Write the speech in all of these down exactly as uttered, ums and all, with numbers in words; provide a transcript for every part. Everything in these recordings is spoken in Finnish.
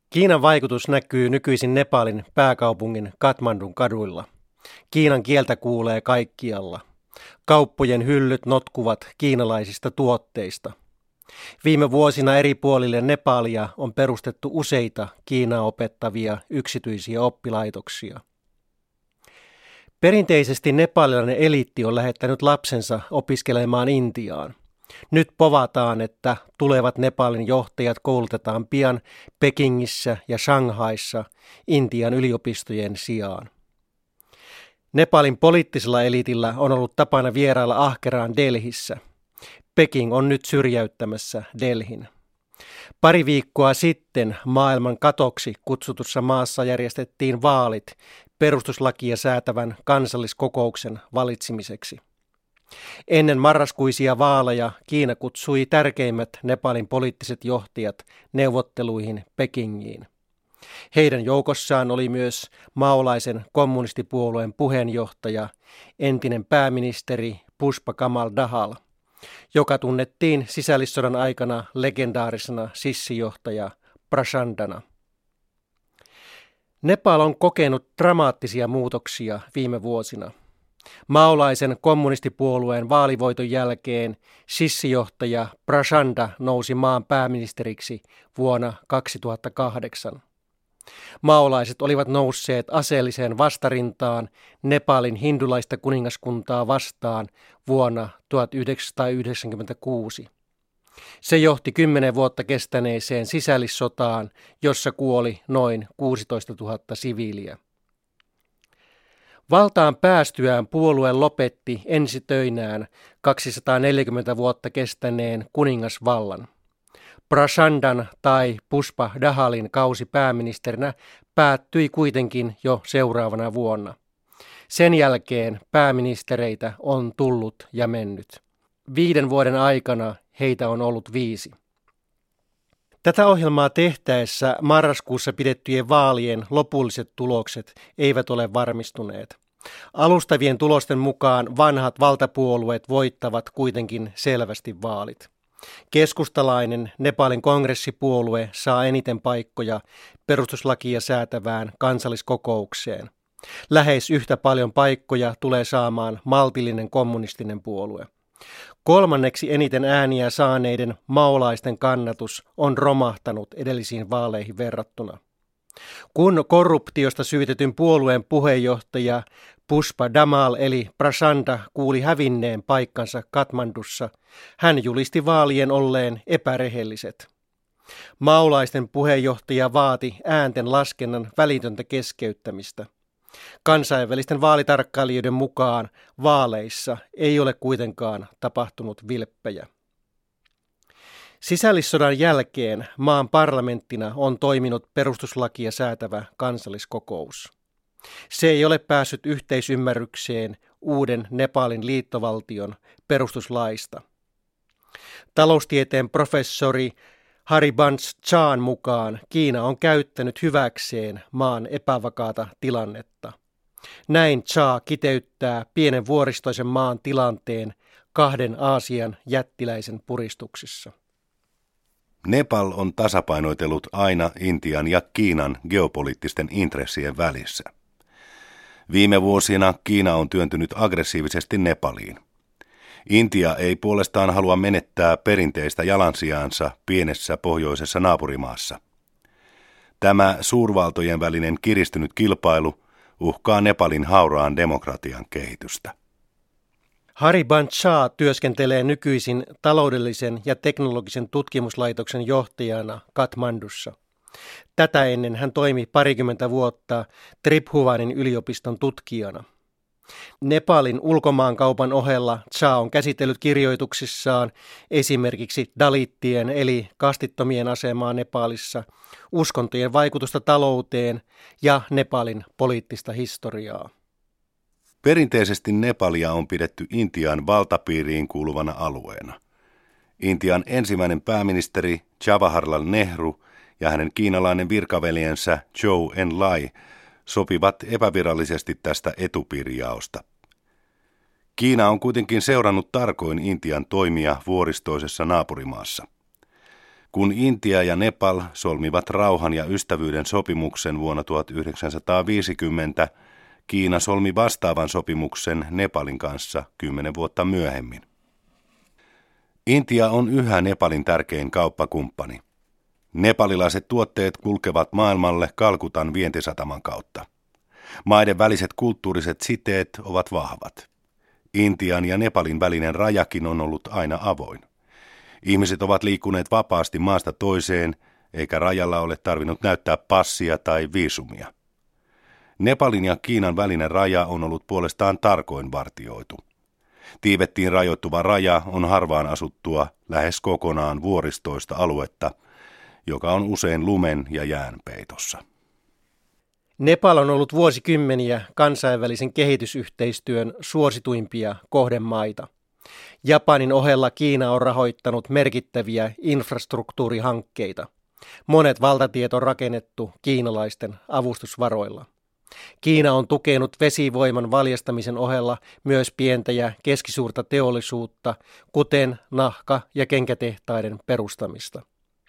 Kiinan vaikutus näkyy nykyisin Nepalin pääkaupungin Kathmandun kaduilla. Kiinan kieltä kuulee kaikkialla. Kauppojen hyllyt notkuvat kiinalaisista tuotteista. Viime vuosina eri puolille Nepalia on perustettu useita Kiinaa opettavia yksityisiä oppilaitoksia. Perinteisesti nepalilainen eliitti on lähettänyt lapsensa opiskelemaan Intiaan. Nyt povataan, että tulevat Nepalin johtajat koulutetaan pian Pekingissä ja Shanghaissa Intian yliopistojen sijaan. Nepalin poliittisella eliitillä on ollut tapana vierailla ahkeraan Delhissä. Peking on nyt syrjäyttämässä Delhin. Pari viikkoa sitten maailman katoksi kutsutussa maassa järjestettiin vaalit perustuslakia säätävän kansalliskokouksen valitsemiseksi. Ennen marraskuisia vaaleja Kiina kutsui tärkeimmät Nepalin poliittiset johtajat neuvotteluihin Pekingiin. Heidän joukossaan oli myös maolaisen kommunistipuolueen puheenjohtaja, entinen pääministeri Pushpa Kamal Dahal, joka tunnettiin sisällissodan aikana legendaarisena sissijohtaja Prachandana. Nepal on kokenut dramaattisia muutoksia viime vuosina. Maolaisen kommunistipuolueen vaalivoiton jälkeen sissijohtaja Prachanda nousi maan pääministeriksi vuonna kaksituhattakahdeksan. Maolaiset olivat nousseet aseelliseen vastarintaan Nepalin hindulaista kuningaskuntaa vastaan vuonna tuhatyhdeksänsataayhdeksänkymmentäkuusi. Se johti kymmenen vuotta kestäneeseen sisällissotaan, jossa kuoli noin kuusitoistatuhatta siviiliä. Valtaan päästyään puolue lopetti ensitöinään kaksisataaneljäkymmentä vuotta kestäneen kuningasvallan. Prachandan tai Pushpa Dahalin kausi pääministerinä päättyi kuitenkin jo seuraavana vuonna. Sen jälkeen pääministereitä on tullut ja mennyt. Viiden vuoden aikana heitä on ollut viisi. Tätä ohjelmaa tehtäessä marraskuussa pidettyjen vaalien lopulliset tulokset eivät ole varmistuneet. Alustavien tulosten mukaan vanhat valtapuolueet voittavat kuitenkin selvästi vaalit. Keskustalainen Nepalin kongressipuolue saa eniten paikkoja perustuslakia säätävään kansalliskokoukseen. Lähes yhtä paljon paikkoja tulee saamaan maltillinen kommunistinen puolue. Kolmanneksi eniten ääniä saaneiden maolaisten kannatus on romahtanut edellisiin vaaleihin verrattuna. Kun korruptiosta syytetyn puolueen puheenjohtaja Pushpa Damal eli Prachanda kuuli hävinneen paikkansa Kathmandussa, hän julisti vaalien olleen epärehelliset. Maolaisten puheenjohtaja vaati äänten laskennan välitöntä keskeyttämistä. Kansainvälisten vaalitarkkailijoiden mukaan vaaleissa ei ole kuitenkaan tapahtunut vilppejä. Sisällissodan jälkeen maan parlamenttina on toiminut perustuslakia säätävä kansalliskokous. Se ei ole päässyt yhteisymmärrykseen uuden Nepalin liittovaltion perustuslaista. Taloustieteen professori Haribansh Chan mukaan Kiina on käyttänyt hyväkseen maan epävakaata tilannetta. Näin Cha kiteyttää pienen vuoristoisen maan tilanteen kahden Aasian jättiläisen puristuksissa. Nepal on tasapainoitellut aina Intian ja Kiinan geopoliittisten intressien välissä. Viime vuosina Kiina on työntynyt aggressiivisesti Nepaliin. Intia ei puolestaan halua menettää perinteistä jalansijaansa pienessä pohjoisessa naapurimaassa. Tämä suurvaltojen välinen kiristynyt kilpailu uhkaa Nepalin hauraan demokratian kehitystä. Haribansh Shah työskentelee nykyisin taloudellisen ja teknologisen tutkimuslaitoksen johtajana Kathmandussa. Tätä ennen hän toimi parikymmentä vuotta Tribhuvanin yliopiston tutkijana. Nepalin ulkomaankaupan ohella Shah on käsitellyt kirjoituksissaan esimerkiksi dalittien eli kastittomien asemaa Nepalissa, uskontojen vaikutusta talouteen ja Nepalin poliittista historiaa. Perinteisesti Nepalia on pidetty Intian valtapiiriin kuuluvana alueena. Intian ensimmäinen pääministeri Jawaharlal Nehru ja hänen kiinalainen virkaveljensä Zhou Enlai sopivat epävirallisesti tästä etupiirijaosta. Kiina on kuitenkin seurannut tarkoin Intian toimia vuoristoisessa naapurimaassa. Kun Intia ja Nepal solmivat rauhan ja ystävyyden sopimuksen vuonna tuhatyhdeksänsataaviisikymmentä, Kiina solmi vastaavan sopimuksen Nepalin kanssa kymmenen vuotta myöhemmin. Intia on yhä Nepalin tärkein kauppakumppani. Nepalilaiset tuotteet kulkevat maailmalle Kalkutan vientisataman kautta. Maiden väliset kulttuuriset siteet ovat vahvat. Intian ja Nepalin välinen rajakin on ollut aina avoin. Ihmiset ovat liikkuneet vapaasti maasta toiseen, eikä rajalla ole tarvinnut näyttää passia tai viisumia. Nepalin ja Kiinan välinen raja on ollut puolestaan tarkoin vartioitu. Tiibettiin rajoittuva raja on harvaan asuttua, lähes kokonaan vuoristoista aluetta, joka on usein lumen ja jään peitossa. Nepal on ollut vuosikymmeniä kansainvälisen kehitysyhteistyön suosituimpia kohdemaita. Japanin ohella Kiina on rahoittanut merkittäviä infrastruktuurihankkeita. Monet valtatiet on rakennettu kiinalaisten avustusvaroilla. Kiina on tukenut vesivoiman valjastamisen ohella myös pientä ja keskisuurta teollisuutta, kuten nahka- ja kenkätehtaiden perustamista.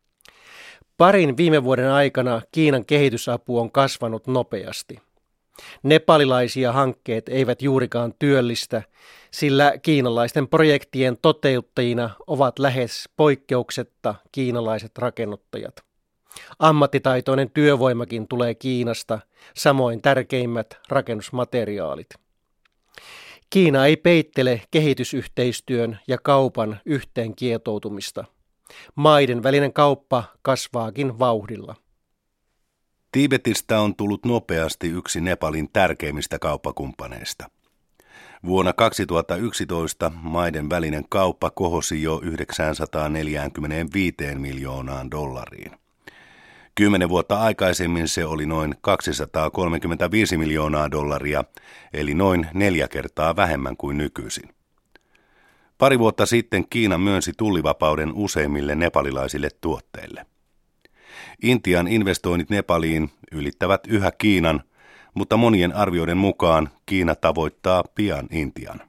Parin viime vuoden aikana Kiinan kehitysapu on kasvanut nopeasti. Nepalilaisia hankkeet eivät juurikaan työllistä, sillä kiinalaisten projektien toteuttajina ovat lähes poikkeuksetta kiinalaiset rakennuttajat. Ammattitaitoinen työvoimakin tulee Kiinasta, samoin tärkeimmät rakennusmateriaalit. Kiina ei peittele kehitysyhteistyön ja kaupan yhteen kietoutumista. Maiden välinen kauppa kasvaakin vauhdilla. Tiibetistä on tullut nopeasti yksi Nepalin tärkeimmistä kauppakumppaneista. Vuonna kaksituhattayksitoista maiden välinen kauppa kohosi jo yhdeksänsataaneljäkymmentäviisi miljoonaan dollariin. Kymmenen vuotta aikaisemmin se oli noin kaksisataakolmekymmentäviisi miljoonaa dollaria, eli noin neljä kertaa vähemmän kuin nykyisin. Pari vuotta sitten Kiina myönsi tullivapauden useimmille nepalilaisille tuotteille. Intian investoinnit Nepaliin ylittävät yhä Kiinan, mutta monien arvioiden mukaan Kiina tavoittaa pian Intian.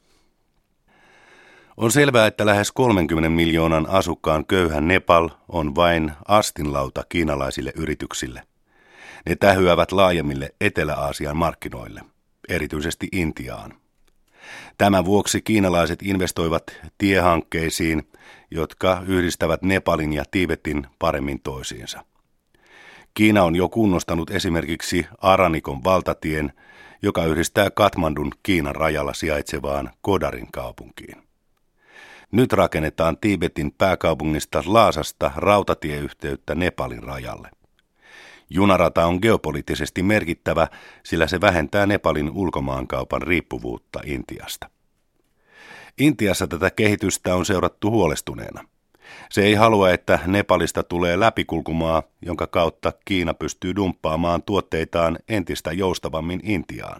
On selvää, että lähes kolmenkymmenen miljoonan asukkaan köyhä Nepal on vain astinlauta kiinalaisille yrityksille. Ne tähyävät laajemmille Etelä-Aasian markkinoille, erityisesti Intiaan. Tämän vuoksi kiinalaiset investoivat tiehankkeisiin, jotka yhdistävät Nepalin ja Tiibetin paremmin toisiinsa. Kiina on jo kunnostanut esimerkiksi Aranikon valtatien, joka yhdistää Katmandun Kiinan rajalla sijaitsevaan Kodarin kaupunkiin. Nyt rakennetaan Tiibetin pääkaupungista Laasasta rautatieyhteyttä Nepalin rajalle. Junarata on geopoliittisesti merkittävä, sillä se vähentää Nepalin ulkomaankaupan riippuvuutta Intiasta. Intiassa tätä kehitystä on seurattu huolestuneena. Se ei halua, että Nepalista tulee läpikulkumaa, jonka kautta Kiina pystyy dumppaamaan tuotteitaan entistä joustavammin Intiaan.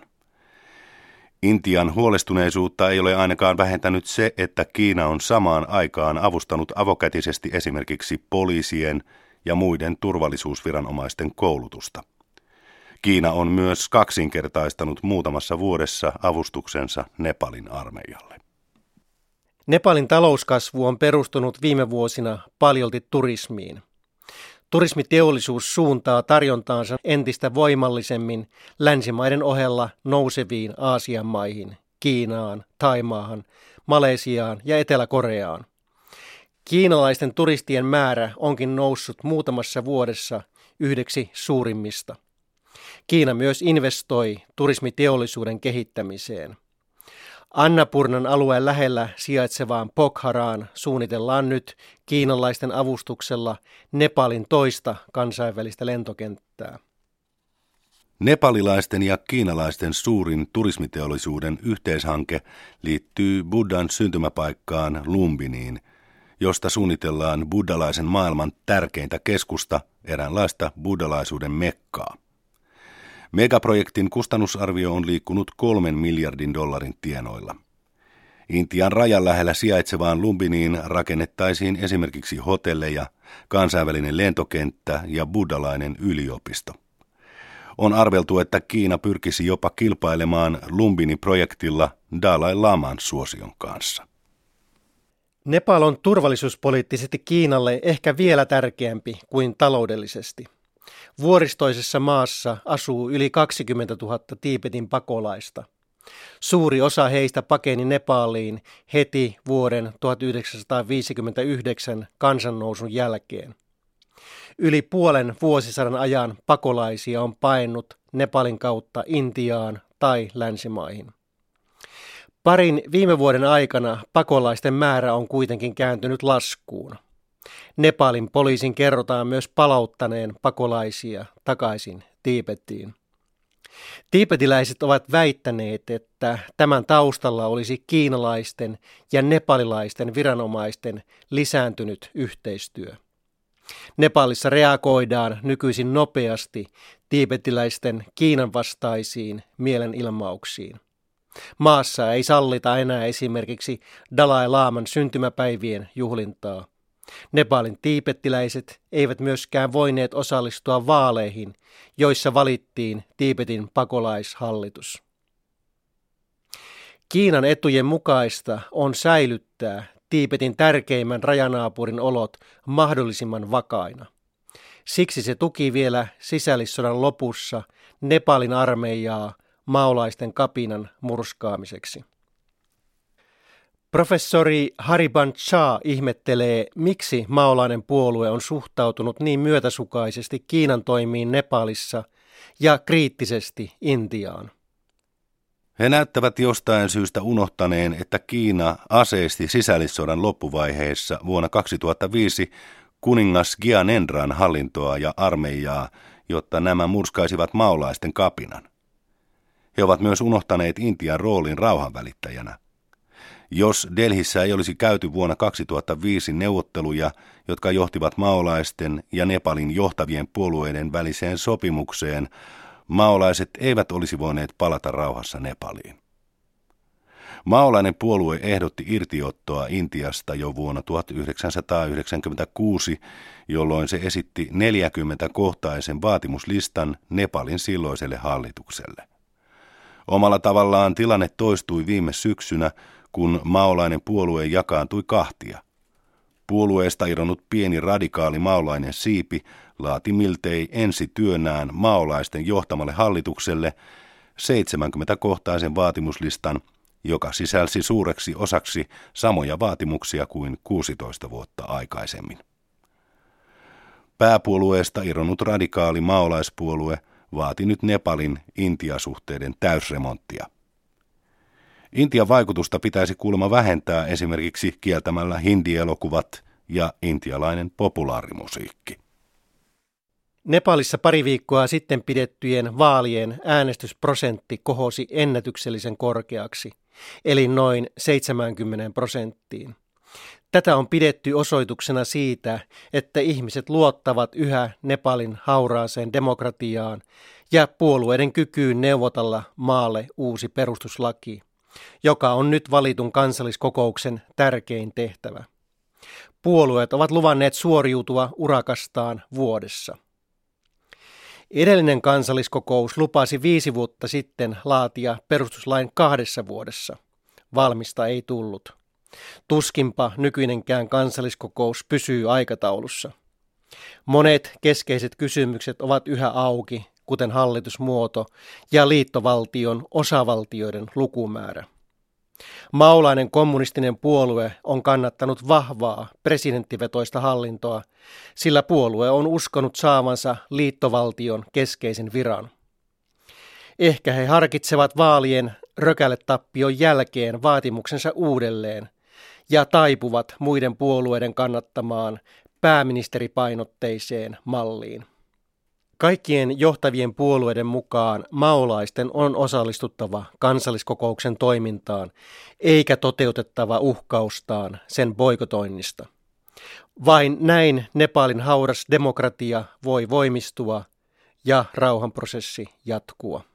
Intian huolestuneisuutta ei ole ainakaan vähentänyt se, että Kiina on samaan aikaan avustanut avokätisesti esimerkiksi poliisien ja muiden turvallisuusviranomaisten koulutusta. Kiina on myös kaksinkertaistanut muutamassa vuodessa avustuksensa Nepalin armeijalle. Nepalin talouskasvu on perustunut viime vuosina paljolti turismiin. Turismiteollisuus suuntaa tarjontaansa entistä voimallisemmin länsimaiden ohella nouseviin Aasian maihin, Kiinaan, Taimaahan, Malesiaan ja Etelä-Koreaan. Kiinalaisten turistien määrä onkin noussut muutamassa vuodessa yhdeksi suurimmista. Kiina myös investoi turismiteollisuuden kehittämiseen. Annapurnan alueen lähellä sijaitsevaan Pokharaan suunnitellaan nyt kiinalaisten avustuksella Nepalin toista kansainvälistä lentokenttää. Nepalilaisten ja kiinalaisten suurin turismiteollisuuden yhteishanke liittyy Buddhan syntymäpaikkaan Lumbiniin, josta suunnitellaan buddhalaisen maailman tärkeintä keskusta, eräänlaista buddhalaisuuden mekkaa. Megaprojektin kustannusarvio on liikkunut kolmen miljardin dollarin tienoilla. Intian rajan lähellä sijaitsevaan Lumbiniin rakennettaisiin esimerkiksi hotelleja, kansainvälinen lentokenttä ja buddhalainen yliopisto. On arveltu, että Kiina pyrkisi jopa kilpailemaan Lumbini-projektilla Dalai Laman suosion kanssa. Nepal on turvallisuuspoliittisesti Kiinalle ehkä vielä tärkeämpi kuin taloudellisesti. Vuoristoisessa maassa asuu yli kaksikymmentätuhatta Tiibetin pakolaista. Suuri osa heistä pakeni Nepaliin heti vuoden tuhatyhdeksänsataaviisikymmentäyhdeksän kansannousun jälkeen. Yli puolen vuosisadan ajan pakolaisia on paennut Nepalin kautta Intiaan tai länsimaihin. Parin viime vuoden aikana pakolaisten määrä on kuitenkin kääntynyt laskuun. Nepalin poliisin kerrotaan myös palauttaneen pakolaisia takaisin Tiibetiin. Tiibetiläiset ovat väittäneet, että tämän taustalla olisi kiinalaisten ja nepalilaisten viranomaisten lisääntynyt yhteistyö. Nepalissa reagoidaan nykyisin nopeasti tiibetiläisten Kiinan vastaisiin mielenilmauksiin. Maassa ei sallita enää esimerkiksi Dalai Laman syntymäpäivien juhlintaa. Nepalin tiibettiläiset eivät myöskään voineet osallistua vaaleihin, joissa valittiin Tiibetin pakolaishallitus. Kiinan etujen mukaista on säilyttää Tiibetin tärkeimmän rajanaapurin olot mahdollisimman vakaina. Siksi se tuki vielä sisällissodan lopussa Nepalin armeijaa maolaisten kapinan murskaamiseksi. Professori Haribanth Shah ihmettelee, miksi maolainen puolue on suhtautunut niin myötäsukaisesti Kiinan toimiin Nepalissa ja kriittisesti Intiaan. He näyttävät jostain syystä unohtaneen, että Kiina aseisti sisällissodan loppuvaiheessa vuonna kaksituhattaviisi kuningas Gyanendran hallintoa ja armeijaa, jotta nämä murskaisivat maolaisten kapinan. He ovat myös unohtaneet Intian roolin rauhanvälittäjänä. Jos Delhissä ei olisi käyty vuonna kaksituhattaviisi neuvotteluja, jotka johtivat maolaisten ja Nepalin johtavien puolueiden väliseen sopimukseen, maolaiset eivät olisi voineet palata rauhassa Nepaliin. Maolainen puolue ehdotti irtiottoa Intiasta jo vuonna tuhatyhdeksänsataayhdeksänkymmentäkuusi, jolloin se esitti neljäkymmentäkohtaisen vaatimuslistan Nepalin silloiselle hallitukselle. Omalla tavallaan tilanne toistui viime syksynä, kun maolainen puolue jakaantui kahtia. Puolueesta irronnut pieni radikaali maolainen siipi laati miltei ensi työnään maolaisten johtamalle hallitukselle seitsemänkymmentäkohtaisen vaatimuslistan, joka sisälsi suureksi osaksi samoja vaatimuksia kuin kuusitoista vuotta aikaisemmin. Pääpuolueesta irronnut radikaali maolaispuolue vaati nyt Nepalin Intia-suhteiden täysremonttia. Intian vaikutusta pitäisi kuulemma vähentää esimerkiksi kieltämällä hindielokuvat ja intialainen populaarimusiikki. Nepalissa pari viikkoa sitten pidettyjen vaalien äänestysprosentti kohosi ennätyksellisen korkeaksi, eli noin seitsemänkymmentä prosenttiin. Tätä on pidetty osoituksena siitä, että ihmiset luottavat yhä Nepalin hauraaseen demokratiaan ja puolueiden kykyyn neuvotella maalle uusi perustuslaki, joka on nyt valitun kansalliskokouksen tärkein tehtävä. Puolueet ovat luvanneet suoriutua urakastaan vuodessa. Edellinen kansalliskokous lupasi viisi vuotta sitten laatia perustuslain kahdessa vuodessa. Valmista ei tullut. Tuskinpa nykyinenkään kansalliskokous pysyy aikataulussa. Monet keskeiset kysymykset ovat yhä auki, kuten hallitusmuoto ja liittovaltion osavaltioiden lukumäärä. Maolainen kommunistinen puolue on kannattanut vahvaa presidenttivetoista hallintoa, sillä puolue on uskonut saavansa liittovaltion keskeisen viran. Ehkä he harkitsevat vaalien rökäletappion jälkeen vaatimuksensa uudelleen ja taipuvat muiden puolueiden kannattamaan pääministeripainotteiseen malliin. Kaikkien johtavien puolueiden mukaan maolaisten on osallistuttava kansalliskokouksen toimintaan, eikä toteutettava uhkaustaan sen boikotoinnista. Vain näin Nepalin hauras demokratia voi voimistua ja rauhanprosessi jatkua.